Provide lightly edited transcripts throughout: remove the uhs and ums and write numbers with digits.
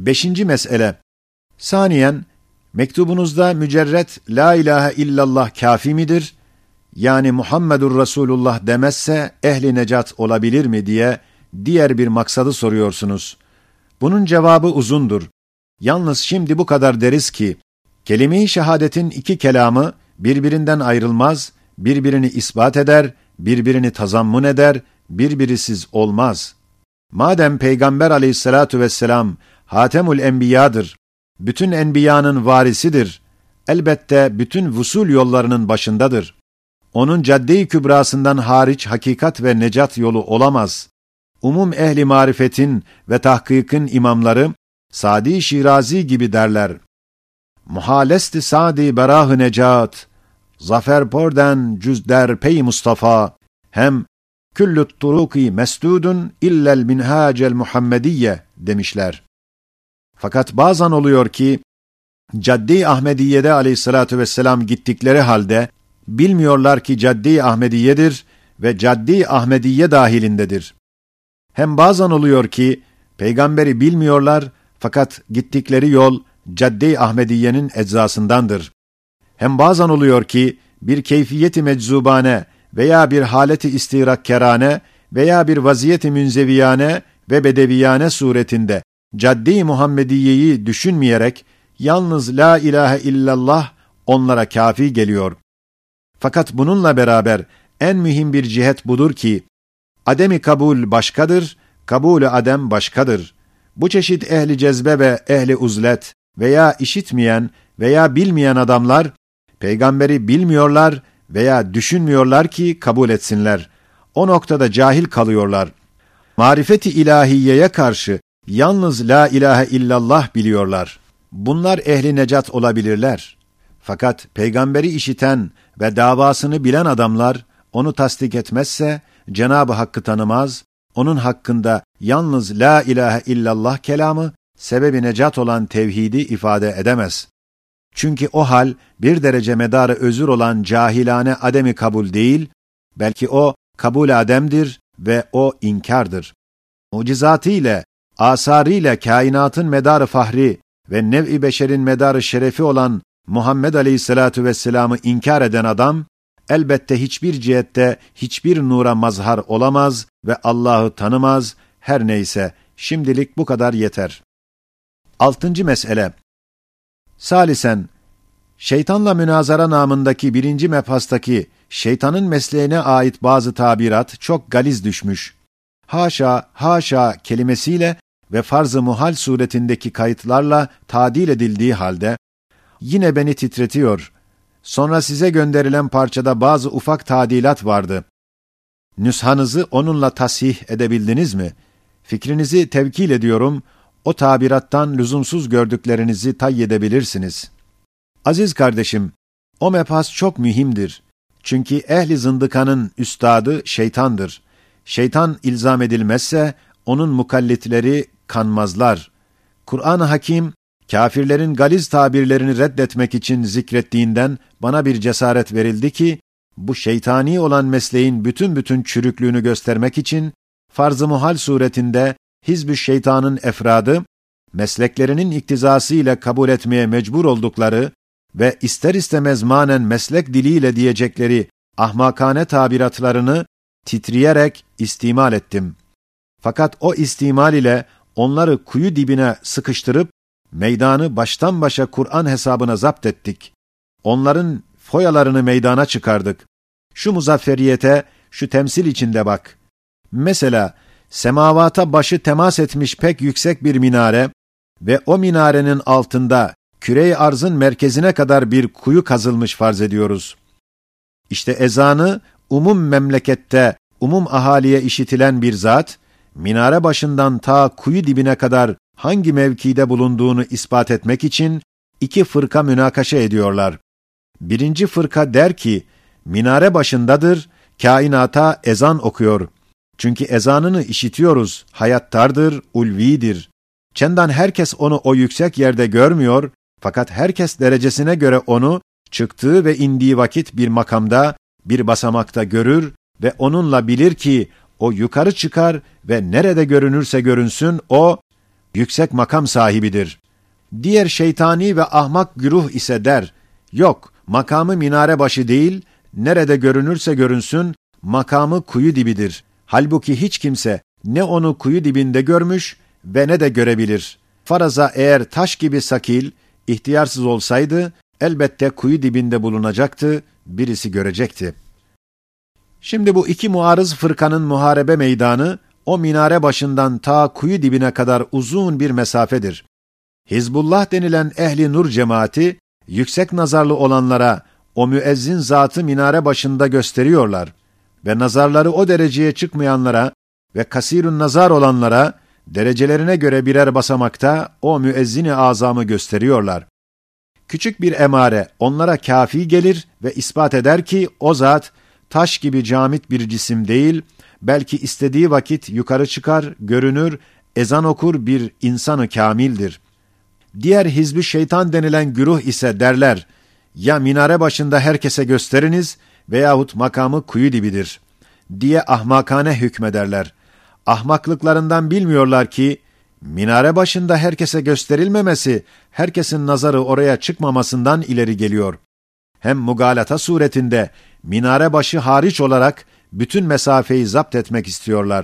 Beşinci mesele. Saniyen, mektubunuzda mücerret la ilahe illallah kâfi midir? Yani Muhammedur Resulullah demezse ehli necat olabilir mi diye diğer bir maksadı soruyorsunuz. Bunun cevabı uzundur. Yalnız şimdi bu kadar deriz ki, kelime-i şehadetin iki kelamı birbirinden ayrılmaz, birbirini ispat eder, birbirini tazammun eder, birbirisiz olmaz. Madem Peygamber aleyhissalatu vesselam Hatemul Enbiya'dır, bütün enbiyanın varisidir, elbette bütün vusul yollarının başındadır. Onun cadde-i kübrasından hariç hakikat ve necat yolu olamaz. Umum ehli marifetin ve tahkikın imamları, Sadi Şirazi gibi derler. Muhalesti Sadi berah-ı necat, zafer porden cüzder pey Mustafa, hem küllü't turuki mesdudun illel minhacel Muhammediyye demişler. Fakat bazen oluyor ki, Cadde-i Ahmediye'de aleyhissalatu vesselam gittikleri halde, bilmiyorlar ki Cadde-i Ahmediye'dir ve Cadde-i Ahmediye dahilindedir. Hem bazen oluyor ki, peygamberi bilmiyorlar fakat gittikleri yol Cadde-i Ahmediye'nin eczasındandır. Hem bazen oluyor ki, bir keyfiyeti meczubane veya bir haleti istirakkerane veya bir vaziyeti münzeviyane ve bedeviyane suretinde Cadde-i Muhammediye'yi düşünmeyerek, yalnız la ilahe illallah onlara kâfi geliyor. Fakat bununla beraber en mühim bir cihet budur ki, ademi kabul başkadır, kabul-ü adem başkadır. Bu çeşit ehli cezbe ve ehli uzlet veya işitmeyen veya bilmeyen adamlar, peygamberi bilmiyorlar veya düşünmüyorlar ki kabul etsinler. O noktada cahil kalıyorlar. Marifeti ilahiyeye karşı yalnız la ilahe illallah biliyorlar. Bunlar ehli necat olabilirler. Fakat peygamberi işiten ve davasını bilen adamlar onu tasdik etmezse Cenab-ı Hakk'ı tanımaz, onun hakkında yalnız la ilahe illallah kelamı sebebi necat olan tevhidi ifade edemez. Çünkü o hal bir derece medarı özür olan cahilane ademi kabul değil, belki o kabul ademdir ve o inkardır. Mucizatıyla, asarıyla kainatın medarı fahri ve nev-i beşerin medarı şerefi olan Muhammed Aleyhisselatu Vesselam'ı inkar eden adam, elbette hiçbir cihette hiçbir nura mazhar olamaz ve Allah'ı tanımaz. Her neyse, şimdilik bu kadar yeter. 6. mesele. Salisen, şeytanla münazara namındaki 1. mebhastaki şeytanın mesleğine ait bazı tabirat çok galiz düşmüş. Haşa, haşa kelimesiyle ve farz-ı muhal suretindeki kayıtlarla tadil edildiği halde, yine beni titretiyor. Sonra size gönderilen parçada bazı ufak tadilat vardı. Nüshanızı onunla tasih edebildiniz mi? Fikrinizi tevkil ediyorum, o tabirattan lüzumsuz gördüklerinizi tayyedebilirsiniz. Aziz kardeşim, o mebhas çok mühimdir. Çünkü ehli zındıkanın üstadı şeytandır. Şeytan ilzam edilmezse, onun mukallitleri kanmazlar. Kur'an-ı Hakim, kâfirlerin galiz tabirlerini reddetmek için zikrettiğinden bana bir cesaret verildi ki, bu şeytani olan mesleğin bütün çürüklüğünü göstermek için, farz-ı muhal suretinde hizb-ü şeytanın efradı, mesleklerinin iktizasıyla kabul etmeye mecbur oldukları ve ister istemez manen meslek diliyle diyecekleri ahmakane tabiratlarını titreyerek istimal ettim. Fakat o istimal ile onları kuyu dibine sıkıştırıp, meydanı baştan başa Kur'an hesabına zapt ettik. Onların foyalarını meydana çıkardık. Şu muzafferiyete, şu temsil içinde bak. Mesela, semavata başı temas etmiş pek yüksek bir minare ve o minarenin altında küre-i arzın merkezine kadar bir kuyu kazılmış farz ediyoruz. İşte ezanı umum memlekette, umum ahaliye işitilen bir zat, minare başından ta kuyu dibine kadar hangi mevkide bulunduğunu ispat etmek için 2 fırka münakaşa ediyorlar. 1. fırka der ki, minare başındadır, kainata ezan okuyor. Çünkü ezanını işitiyoruz, hayattardır, ulvidir. Çendan herkes onu o yüksek yerde görmüyor, fakat herkes derecesine göre onu çıktığı ve indiği vakit bir makamda, bir basamakta görür ve onunla bilir ki o yukarı çıkar ve nerede görünürse görünsün o yüksek makam sahibidir. Diğer şeytani ve ahmak güruh ise der, yok, makamı minare başı değil, nerede görünürse görünsün, makamı kuyu dibidir. Halbuki hiç kimse ne onu kuyu dibinde görmüş ve ne de görebilir. Faraza eğer taş gibi sakil, ihtiyarsız olsaydı, elbette kuyu dibinde bulunacaktı, birisi görecekti. Şimdi bu iki muarız fırkanın muharebe meydanı, o minare başından ta kuyu dibine kadar uzun bir mesafedir. Hizbullah denilen ehli nur cemaati, yüksek nazarlı olanlara o müezzin zatı minare başında gösteriyorlar ve nazarları o dereceye çıkmayanlara ve kasirun nazar olanlara, derecelerine göre birer basamakta o müezzini azamı gösteriyorlar. Küçük bir emare onlara kafi gelir ve ispat eder ki o zat, taş gibi camit bir cisim değil, belki istediği vakit yukarı çıkar, görünür, ezan okur bir insanı kamildir. Diğer hizb-i şeytan denilen güruh ise derler, ya minare başında herkese gösteriniz veyahut makamı kuyu dibidir diye ahmakane hükmederler. Ahmaklıklarından bilmiyorlar ki, minare başında herkese gösterilmemesi, herkesin nazarı oraya çıkmamasından ileri geliyor. Hem mugalata suretinde, minare başı hariç olarak, bütün mesafeyi zapt etmek istiyorlar.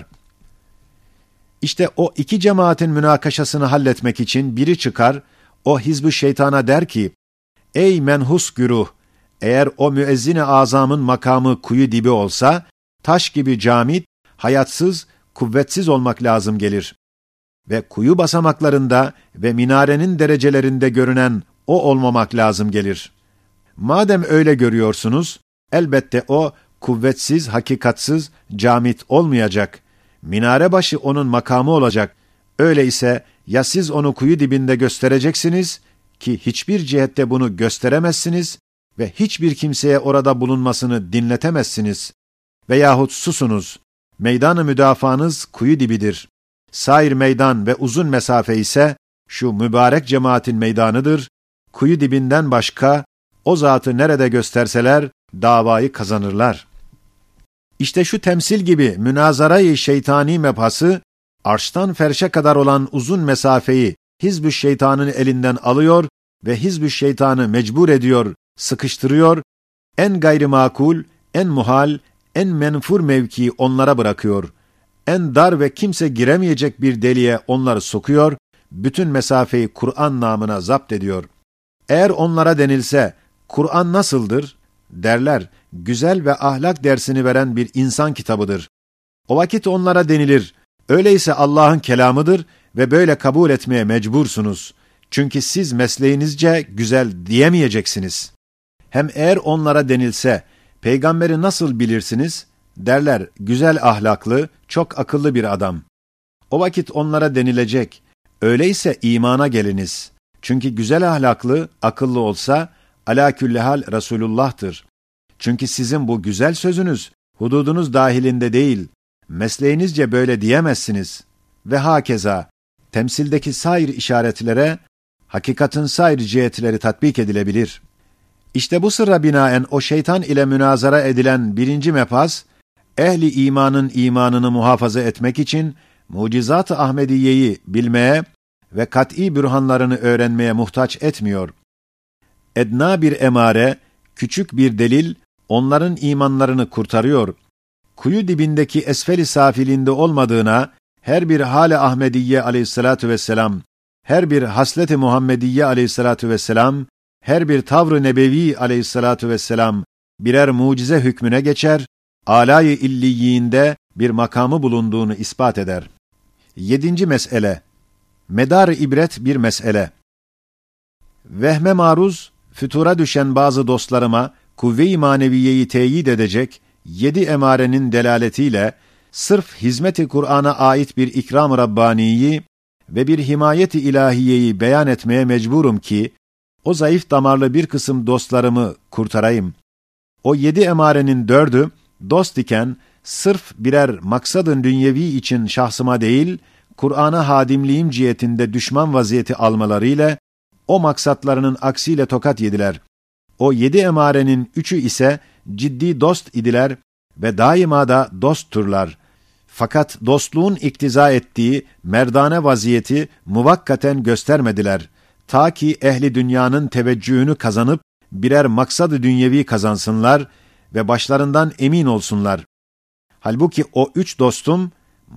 İşte o iki cemaatin münakaşasını halletmek için biri çıkar, o hizb-i şeytana der ki, ey menhus güruh, eğer o müezzin-i azamın makamı kuyu dibi olsa, taş gibi camit, hayatsız, kuvvetsiz olmak lazım gelir. Ve kuyu basamaklarında ve minarenin derecelerinde görünen o olmamak lazım gelir. Madem öyle görüyorsunuz, elbette o, kuvvetsiz, hakikatsız, camit olmayacak. Minare başı onun makamı olacak. Öyleyse ya siz onu kuyu dibinde göstereceksiniz ki hiçbir cihette bunu gösteremezsiniz ve hiçbir kimseye orada bulunmasını dinletemezsiniz. Veyahut susunuz. Meydan-ı müdafaanız kuyu dibidir. Sair meydan ve uzun mesafe ise şu mübarek cemaatin meydanıdır. Kuyu dibinden başka o zatı nerede gösterseler davayı kazanırlar. İşte şu temsil gibi münazara-i şeytani mebhası, arştan ferşe kadar olan uzun mesafeyi hizb-ü şeytanın elinden alıyor ve hizb-ü şeytanı mecbur ediyor, sıkıştırıyor, en gayrimakul, en muhal, en menfur mevkii onlara bırakıyor. En dar ve kimse giremeyecek bir deliğe onları sokuyor, bütün mesafeyi Kur'an namına zapt ediyor. Eğer onlara denilse, Kur'an nasıldır? Derler, güzel ve ahlak dersini veren bir insan kitabıdır. O vakit onlara denilir, öyleyse Allah'ın kelamıdır ve böyle kabul etmeye mecbursunuz. Çünkü siz mesleğinizce güzel diyemeyeceksiniz. Hem eğer onlara denilse, peygamberi nasıl bilirsiniz? Derler, güzel ahlaklı, çok akıllı bir adam. O vakit onlara denilecek, öyleyse imana geliniz. Çünkü güzel ahlaklı, akıllı olsa, alâ küllihal Resulullah'tır. Çünkü sizin bu güzel sözünüz, hududunuz dahilinde değil, mesleğinizce böyle diyemezsiniz. Ve hakeza, temsildeki sair işaretlere, hakikatin sair cihetleri tatbik edilebilir. İşte bu sırra binaen o şeytan ile münazara edilen birinci mebhas, ehli imanın imanını muhafaza etmek için, mucizat-ı Ahmediye'yi bilmeye ve kat'î bürhanlarını öğrenmeye muhtaç etmiyor. Edna bir emare, küçük bir delil, onların imanlarını kurtarıyor. Kuyu dibindeki esfel-i safilinde olmadığına, her bir hâl-i Ahmediye aleyhissalâtu vesselam, her bir haslet-i Muhammediye aleyhissalâtu vesselam, her bir tavrı nebevi aleyhissalâtu vesselam, birer mucize hükmüne geçer, âlâ-i illiyinde bir makamı bulunduğunu ispat eder. 7. mesele, medar-ı ibret bir mesele. Vehme maruz, fütura düşen bazı dostlarıma, kuvve-i maneviyeyi teyit edecek, 7 emarenin delaletiyle, sırf hizmet-i Kur'an'a ait bir ikram-ı Rabbani'yi ve bir himayet-i ilahiyeyi beyan etmeye mecburum ki, o zayıf damarlı bir kısım dostlarımı kurtarayım. O 7 emarenin 4'ü, dost iken, sırf birer maksadın dünyevi için şahsıma değil, Kur'an'a hadimliğim cihetinde düşman vaziyeti almalarıyla, o maksatlarının aksiyle tokat yediler. O 7 emarenin 3'ü ise ciddi dost idiler ve daima da dostturlar. Fakat dostluğun iktiza ettiği merdane vaziyeti muvakkaten göstermediler. Ta ki ehli dünyanın teveccühünü kazanıp birer maksad-ı dünyevi kazansınlar ve başlarından emin olsunlar. Halbuki o 3 dostum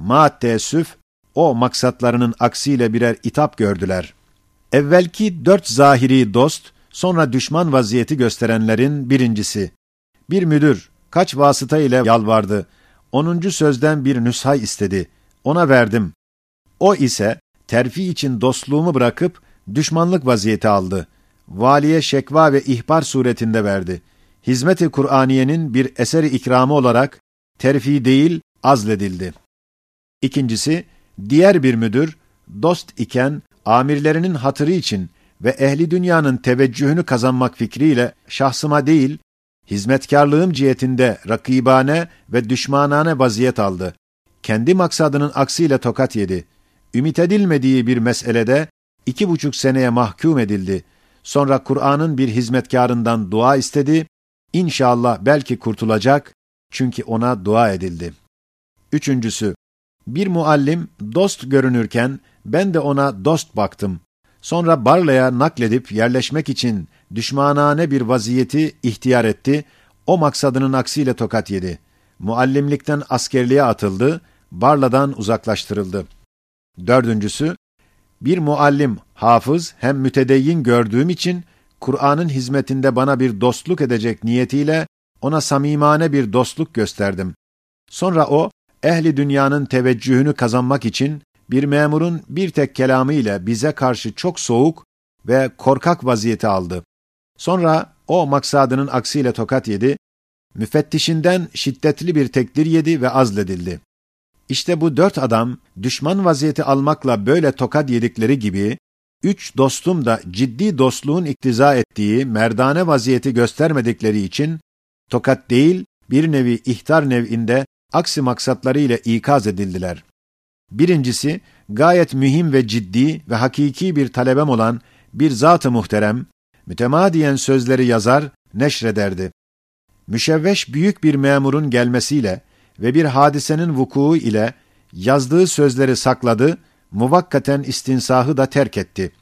teessüf o maksatlarının aksiyle birer itap gördüler. Evvelki 4 zahiri dost, sonra düşman vaziyeti gösterenlerin birincisi. Bir müdür kaç vasıta ile yalvardı. 10. sözden bir nüsha istedi. Ona verdim. O ise terfi için dostluğumu bırakıp düşmanlık vaziyeti aldı. Valiye şekva ve ihbar suretinde verdi. Hizmet-i Kur'aniyenin bir eseri ikramı olarak terfi değil azledildi. İkincisi, diğer bir müdür, dost iken amirlerinin hatırı için ve ehli dünyanın teveccühünü kazanmak fikriyle şahsıma değil, hizmetkarlığım cihetinde rakibane ve düşmanane vaziyet aldı. Kendi maksadının aksiyle tokat yedi. Ümit edilmediği bir meselede 2,5 seneye mahkum edildi. Sonra Kur'an'ın bir hizmetkarından dua istedi. İnşallah belki kurtulacak, çünkü ona dua edildi. Üçüncüsü, bir muallim dost görünürken ben de ona dost baktım. Sonra Barla'ya nakledip yerleşmek için düşmanane bir vaziyeti ihtiyar etti. O maksadının aksiyle tokat yedi. Muallimlikten askerliğe atıldı. Barla'dan uzaklaştırıldı. Dördüncüsü, bir muallim, hafız hem mütedeyyin gördüğüm için Kur'an'ın hizmetinde bana bir dostluk edecek niyetiyle ona samimane bir dostluk gösterdim. Sonra o, ehli dünyanın teveccühünü kazanmak için bir memurun bir tek kelamı ile bize karşı çok soğuk ve korkak vaziyeti aldı. Sonra o maksadının aksiyle tokat yedi, müfettişinden şiddetli bir tekdir yedi ve azledildi. İşte bu 4 adam düşman vaziyeti almakla böyle tokat yedikleri gibi, 3 dostum da ciddi dostluğun iktiza ettiği merdane vaziyeti göstermedikleri için tokat değil bir nevi ihtar nev'inde aksi maksatları ile ikaz edildiler. Birincisi, gayet mühim ve ciddi ve hakiki bir talebem olan bir zat-ı muhterem, mütemadiyen sözleri yazar, neşrederdi. Müşevveş büyük bir memurun gelmesiyle ve bir hadisenin vuku ile yazdığı sözleri sakladı, muvakkaten istinsahı da terk etti.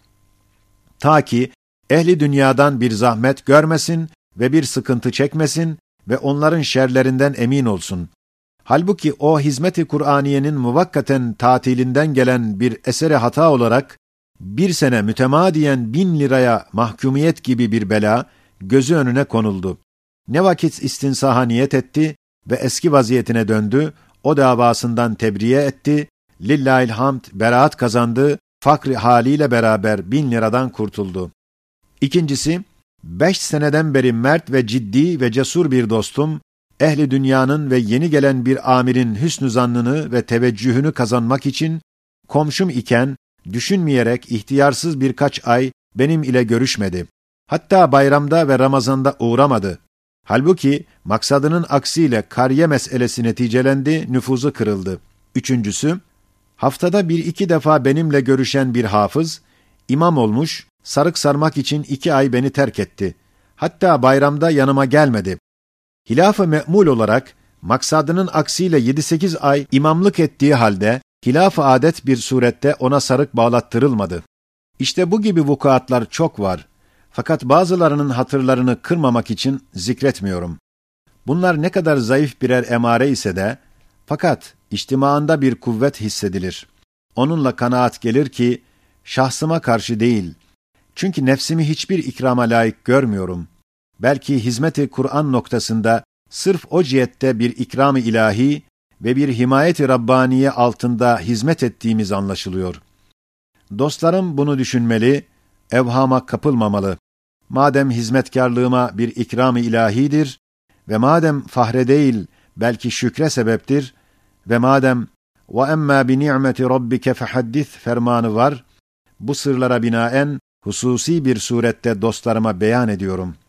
Ta ki ehli dünyadan bir zahmet görmesin ve bir sıkıntı çekmesin ve onların şerlerinden emin olsun. Halbuki o hizmet-i Kur'aniyenin muvakkaten tatilinden gelen bir eseri hata olarak 1 sene mütemadiyen 1000 liraya mahkumiyet gibi bir bela gözü önüne konuldu. Ne vakit istinsaha niyet etti ve eski vaziyetine döndü, o davasından tebriye etti, lillahilhamd beraat kazandı, fakri haliyle beraber 1000 liradan kurtuldu. İkincisi, 5 seneden beri mert ve ciddi ve cesur bir dostum, ehli dünyanın ve yeni gelen bir amirin hüsnü zannını ve teveccühünü kazanmak için komşum iken düşünmeyerek ihtiyarsız birkaç ay benim ile görüşmedi. Hatta bayramda ve Ramazan'da uğramadı. Halbuki maksadının aksiyle kariye meselesi neticelendi, nüfuzu kırıldı. Üçüncüsü, haftada 1-2 defa benimle görüşen bir hafız, imam olmuş, sarık sarmak için 2 ay beni terk etti. Hatta bayramda yanıma gelmedi. Hilaf-ı me'mul olarak, maksadının aksiyle 7-8 ay imamlık ettiği halde, hilaf-ı adet bir surette ona sarık bağlattırılmadı. İşte bu gibi vukuatlar çok var. Fakat bazılarının hatırlarını kırmamak için zikretmiyorum. Bunlar ne kadar zayıf birer emare ise de, fakat içtimaında bir kuvvet hissedilir. Onunla kanaat gelir ki, şahsıma karşı değil. Çünkü nefsimi hiçbir ikrama layık görmüyorum. Belki hizmet-i Kur'an noktasında, sırf o cihette bir ikram-ı ilahi ve bir himayet-i Rabbaniye altında hizmet ettiğimiz anlaşılıyor. Dostlarım bunu düşünmeli, evhama kapılmamalı. Madem hizmetkarlığıma bir ikram-ı ilahidir ve madem fahre değil, belki şükre sebeptir ve madem وَاَمَّا بِنِعْمَةِ رَبِّكَ فَحَدِّثْ fermanı var, bu sırlara binaen hususi bir surette dostlarıma beyan ediyorum.